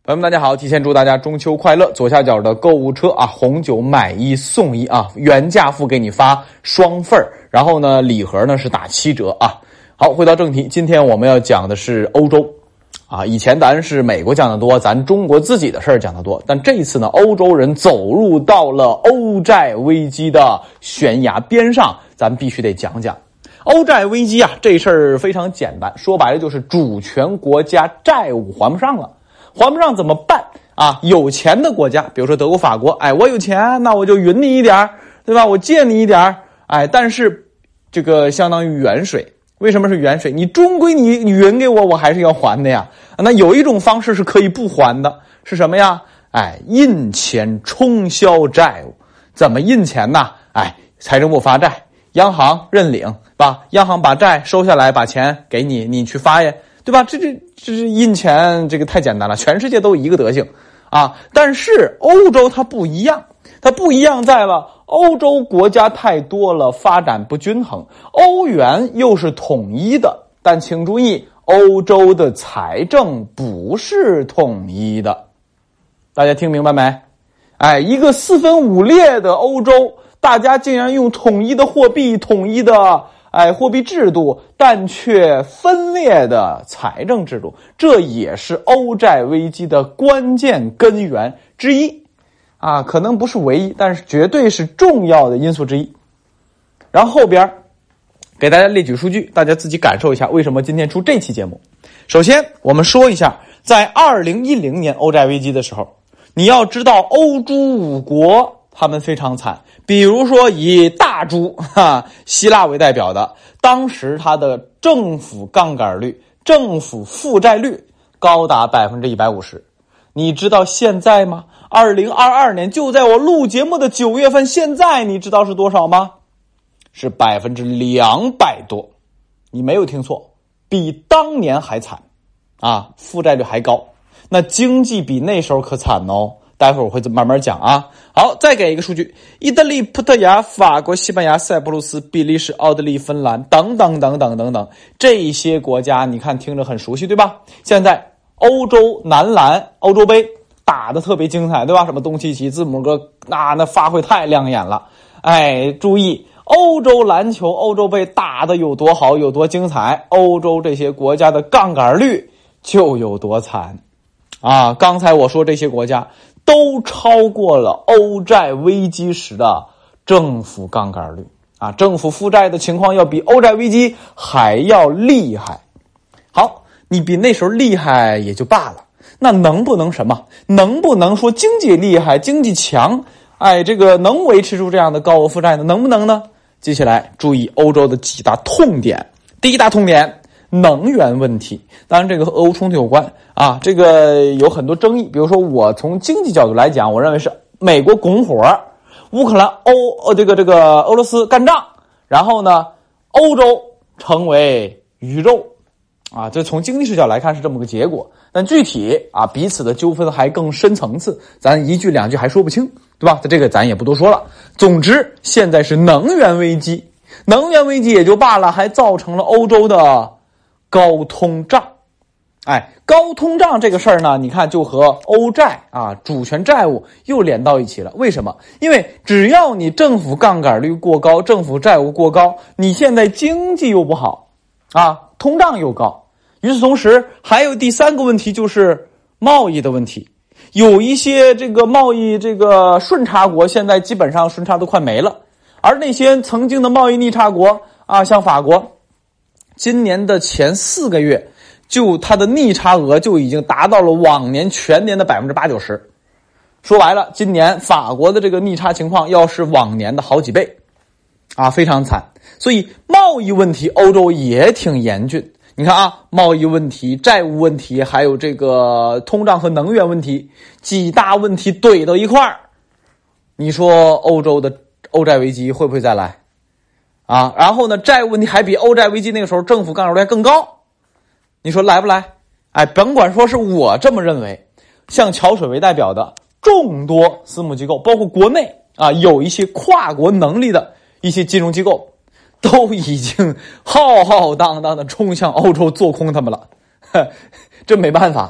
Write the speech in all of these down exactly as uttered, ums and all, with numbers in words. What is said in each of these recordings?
朋友们大家好，提前祝大家中秋快乐。左下角的购物车啊，红酒买一送一啊，原价付给你发双份儿，然后呢礼盒呢是打七折啊。好，回到正题，今天我们要讲的是欧洲啊。以前咱是美国讲的多，咱中国自己的事儿讲的多，但这一次呢，欧洲人走入到了欧债危机的悬崖边上，咱必须得讲讲。欧债危机啊，这事儿非常简单，说白了就是主权国家债务还不上了。还不上怎么办啊？有钱的国家，比如说德国、法国，哎，我有钱，那我就匀你一点，对吧？我借你一点，哎，但是这个相当于远水。为什么是远水？你终归你匀给我，我还是要还的呀。那有一种方式是可以不还的，是什么呀？哎，印钱冲销债务。怎么印钱呢？哎，财政部发债，央行认领，吧？央行把债收下来，把钱给你，你去发呀。对吧？这这这是印钱，这个太简单了，全世界都一个德行啊。但是欧洲它不一样，它不一样在了欧洲国家太多了，发展不均衡。欧元又是统一的，但请注意，欧洲的财政不是统一的。大家听明白没？哎，一个四分五裂的欧洲，大家竟然用统一的货币，统一的哎，货币制度，但却分裂的财政制度，这也是欧债危机的关键根源之一啊，可能不是唯一，但是绝对是重要的因素之一。然后后边给大家列举数据，大家自己感受一下为什么今天出这期节目。首先我们说一下，在二零一零年欧债危机的时候，你要知道欧洲五国他们非常惨，比如说以大猪哈希腊为代表的，当时它的政府杠杆率、政府负债率高达 百分之一百五十。 你知道现在吗？二零二二年就在我录节目的九月份，现在你知道是多少吗？是 百分之两百 多。你没有听错，比当年还惨啊，负债率还高。那经济比那时候可惨哦，待会儿我会慢慢讲啊。好，再给一个数据，意大利、葡萄牙、法国、西班牙、塞浦路斯、比利时、奥地利、芬兰等等等等等等，这些国家你看听着很熟悉，对吧？现在欧洲男篮欧洲杯打得特别精彩，对吧？什么东契奇、字母哥，那那发挥太亮眼了。哎，注意欧洲篮球欧洲杯打得有多好有多精彩，欧洲这些国家的杠杆率就有多惨啊！刚才我说这些国家都超过了欧债危机时的政府杠杆率啊，政府负债的情况要比欧债危机还要厉害。好，你比那时候厉害也就罢了，那能不能什么？能不能说经济厉害、经济强？哎，这个能维持住这样的高额负债呢？能不能呢？接下来注意欧洲的几大痛点。第一大痛点，能源问题。当然这个和俄乌冲突有关啊，这个有很多争议。比如说我从经济角度来讲，我认为是美国拱火，乌克兰欧呃这个这个俄罗斯干仗，然后呢欧洲成为鱼肉啊，这从经济视角来看是这么个结果。但具体啊彼此的纠纷还更深层次，咱一句两句还说不清，对吧？这个咱也不多说了。总之现在是能源危机，能源危机也就罢了，还造成了欧洲的高通胀。哎，高通胀这个事儿呢，你看就和欧债啊主权债务又连到一起了。为什么？因为只要你政府杠杆率过高，政府债务过高，你现在经济又不好啊，通胀又高。与此同时还有第三个问题，就是贸易的问题。有一些这个贸易这个顺差国现在基本上顺差都快没了，而那些曾经的贸易逆差国啊，像法国，今年的前四个月就它的逆差额就已经达到了往年全年的 百分之八九十。 说白了，今年法国的这个逆差情况要是往年的好几倍啊，非常惨。所以贸易问题欧洲也挺严峻。你看啊，贸易问题、债务问题，还有这个通胀和能源问题，几大问题怼到一块儿，你说欧洲的欧债危机会不会再来啊？然后呢，债务问题还比欧债危机那个时候政府杠杆率更高，你说来不来？哎，甭管说是我这么认为，像桥水为代表的众多私募机构，包括国内啊有一些跨国能力的一些金融机构，都已经浩浩荡荡的冲向欧洲做空他们了。这没办法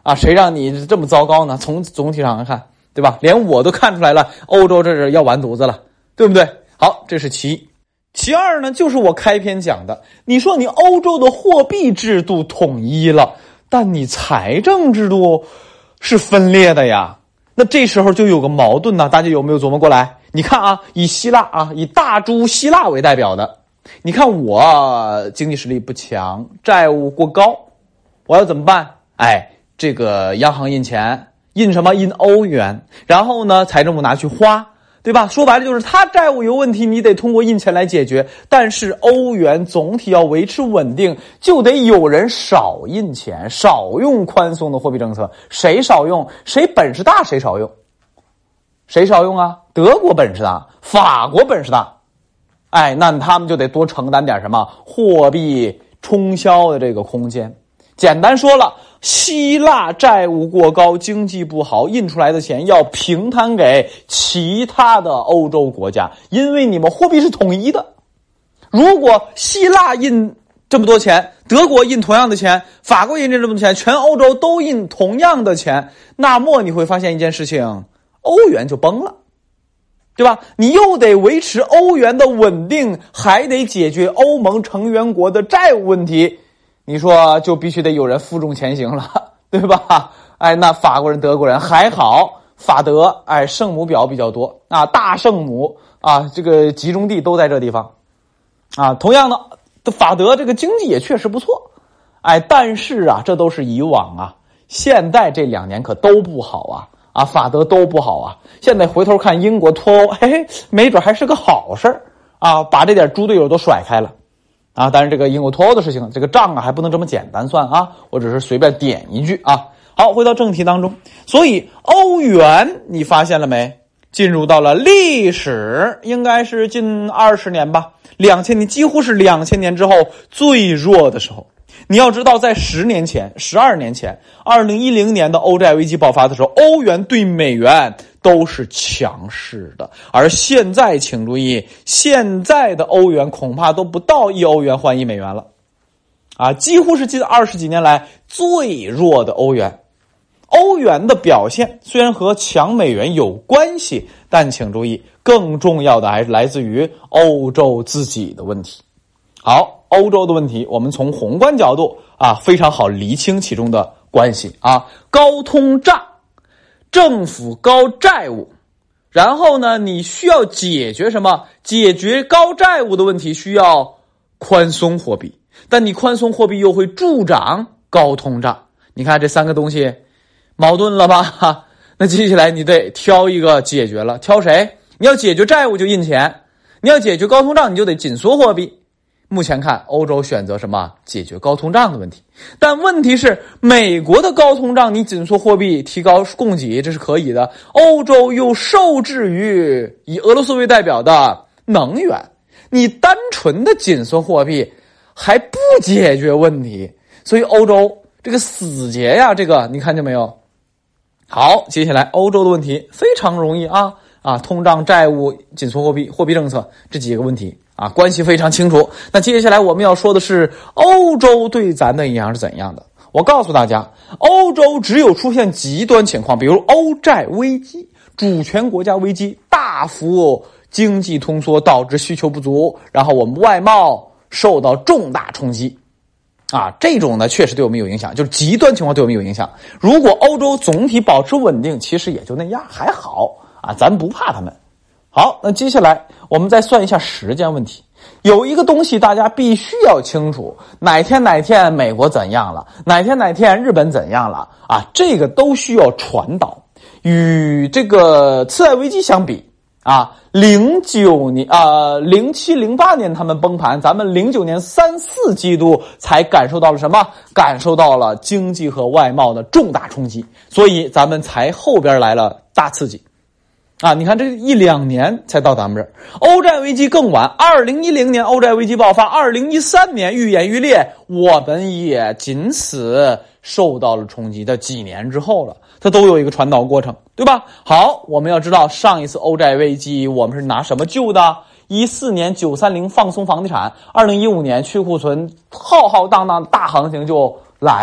啊，谁让你这么糟糕呢？从总体上来看，对吧？连我都看出来了，欧洲这是要完犊子了，对不对？好，这是其一。其二呢，就是我开篇讲的，你说你欧洲的货币制度统一了，但你财政制度是分裂的呀。那这时候就有个矛盾呢，大家有没有琢磨过来？你看啊，以希腊啊，以大猪希腊为代表的，你看我经济实力不强，债务过高，我要怎么办？哎，这个央行印钱，印什么？印欧元，然后呢，财政部拿去花，对吧？说白了就是他债务有问题，你得通过印钱来解决。但是欧元总体要维持稳定，就得有人少印钱，少用宽松的货币政策。谁少用？谁本事大谁少用。谁少用啊？德国本事大，法国本事大。哎，那他们就得多承担点什么货币冲销的这个空间。简单说了，希腊债务过高，经济不好，印出来的钱要平摊给其他的欧洲国家，因为你们货币是统一的。如果希腊印这么多钱，德国印同样的钱，法国印这么多钱，全欧洲都印同样的钱，那么你会发现一件事情，欧元就崩了，对吧？你又得维持欧元的稳定，还得解决欧盟成员国的债务问题，你说就必须得有人负重前行了，对吧？哎，那法国人德国人还好，法德哎圣母婊比较多啊，大圣母啊，这个集中地都在这地方啊。同样的，法德这个经济也确实不错，哎，但是啊，这都是以往啊，现在这两年可都不好啊。啊，法德都不好啊！现在回头看英国脱欧，嘿嘿，没准还是个好事儿啊！把这点猪队友都甩开了啊！但是这个英国脱欧的事情，这个账啊还不能这么简单算啊！我只是随便点一句啊。好，回到正题当中，所以欧元你发现了没？进入到了历史，应该是近二十年吧，两千年几乎是两千年之后最弱的时候。你要知道，在十年前、十二年前、二零一零年的欧债危机爆发的时候，欧元对美元都是强势的，而现在请注意，现在的欧元恐怕都不到一欧元换一美元了，啊，几乎是近二十几年来最弱的欧元。欧元的表现虽然和强美元有关系，但请注意，更重要的还是来自于欧洲自己的问题。好，欧洲的问题，我们从宏观角度啊，非常好厘清其中的关系啊。高通胀，政府高债务，然后呢，你需要解决什么？解决高债务的问题需要宽松货币，但你宽松货币又会助长高通胀。你看这三个东西矛盾了吧？那接下来你得挑一个解决了，挑谁？你要解决债务就印钱，你要解决高通胀你就得紧缩货币。目前看，欧洲选择什么？解决高通胀的问题。但问题是，美国的高通胀，你紧缩货币、提高供给，这是可以的。欧洲又受制于以俄罗斯为代表的能源，你单纯的紧缩货币还不解决问题，所以欧洲这个死结呀，这个你看见没有？好，接下来欧洲的问题非常容易啊啊，通胀、债务、紧缩货币、货币政策这几个问题。啊，关系非常清楚。那接下来我们要说的是欧洲对咱的影响是怎样的？我告诉大家，欧洲只有出现极端情况，比如欧债危机、主权国家危机，大幅经济通缩导致需求不足，然后我们外贸受到重大冲击。啊，这种呢确实对我们有影响，就是极端情况对我们有影响。如果欧洲总体保持稳定，其实也就那样，还好啊，咱不怕他们。好，那接下来我们再算一下时间问题。有一个东西大家必须要清楚，哪天哪天美国怎样了，哪天哪天日本怎样了啊，这个都需要传导。与这个次贷危机相比啊，零九年啊，零七零八年他们崩盘，咱们零九年三四季度才感受到了什么？感受到了经济和外贸的重大冲击，所以咱们才后边来了大刺激。啊，你看这一两年才到咱们这儿，欧债危机更晚，二零一零年欧债危机爆发，二零一三年愈演愈烈，我们也仅此受到了冲击的几年之后了，它都有一个传导过程，对吧？好，我们要知道上一次欧债危机我们是拿什么救的？一四年九三零放松房地产，二零一五年去库存浩浩荡荡大行情就来了。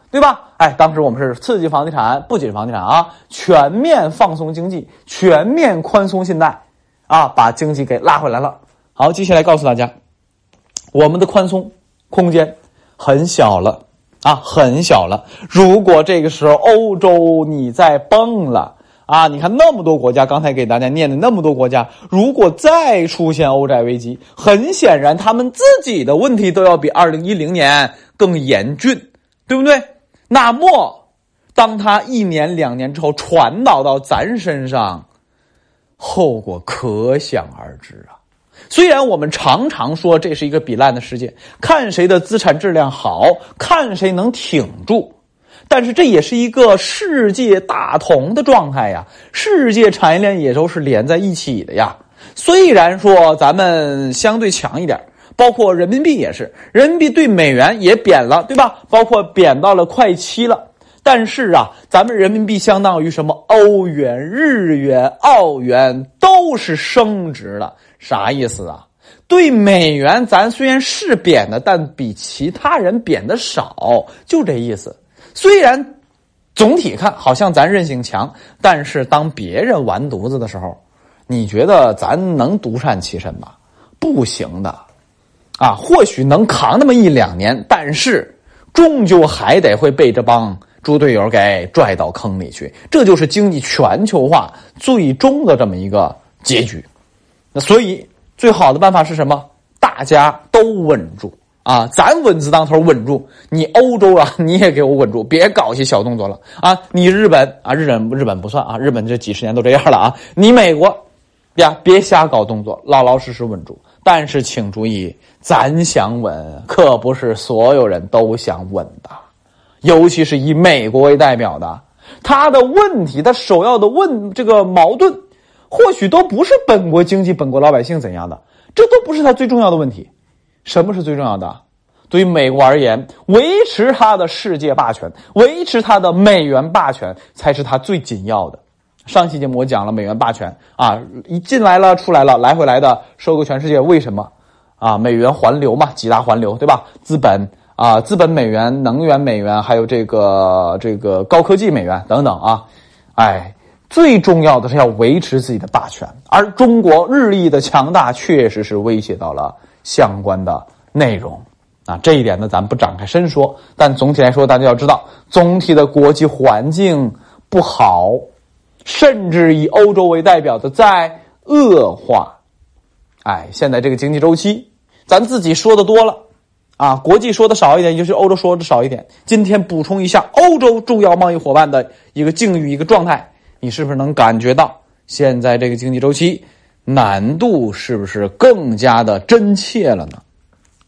对吧？哎，当时我们是刺激房地产，不仅是房地产啊，全面放松经济，全面宽松信贷，啊，把经济给拉回来了。好，接下来告诉大家，我们的宽松空间很小了啊，很小了。如果这个时候欧洲你再崩了啊，你看那么多国家，刚才给大家念的那么多国家，如果再出现欧债危机，很显然他们自己的问题都要比二零一零年更严峻，对不对？那么当他一年两年之后传导到咱身上，后果可想而知啊。虽然我们常常说这是一个比烂的世界，看谁的资产质量好，看谁能挺住，但是这也是一个世界大同的状态呀，世界产业链也都是连在一起的呀。虽然说咱们相对强一点，包括人民币也是，人民币对美元也贬了，对吧？包括贬到了快七了。但是啊，咱们人民币相当于什么？欧元、日元、澳元都是升值了。啥意思啊？对美元咱虽然是贬的，但比其他人贬的少，就这意思。虽然总体看好像咱韧性强，但是当别人完犊子的时候，你觉得咱能独善其身吗？不行的啊，或许能扛那么一两年，但是终究还得会被这帮猪队友给拽到坑里去，这就是经济全球化最终的这么一个结局。那所以最好的办法是什么？大家都稳住啊，咱稳字当头稳住，你欧洲啊你也给我稳住，别搞一些小动作了啊！你日本啊，日本日本不算啊，日本这几十年都这样了啊，你美国呀别瞎搞动作，老老实实稳住。但是请注意，咱想稳可不是所有人都想稳的，尤其是以美国为代表的，他的问题，他首要的问这个矛盾或许都不是本国经济本国老百姓怎样的，这都不是他最重要的问题。什么是最重要的？对于美国而言，维持他的世界霸权，维持他的美元霸权才是他最紧要的。上期节目我讲了美元霸权啊，一进来了出来了，来回来的收购全世界，为什么啊？美元环流嘛，几大环流，对吧？资本啊，资本美元、能源美元，还有这个这个高科技美元等等啊，哎，最重要的是要维持自己的霸权，而中国日益的强大确实是威胁到了相关的内容啊，这一点呢咱不展开深说，但总体来说大家要知道，总体的国际环境不好，甚至以欧洲为代表的在恶化。哎，现在这个经济周期咱自己说的多了啊，国际说的少一点，也就是欧洲说的少一点。今天补充一下欧洲重要贸易伙伴的一个境遇一个状态，你是不是能感觉到现在这个经济周期难度是不是更加的真切了呢？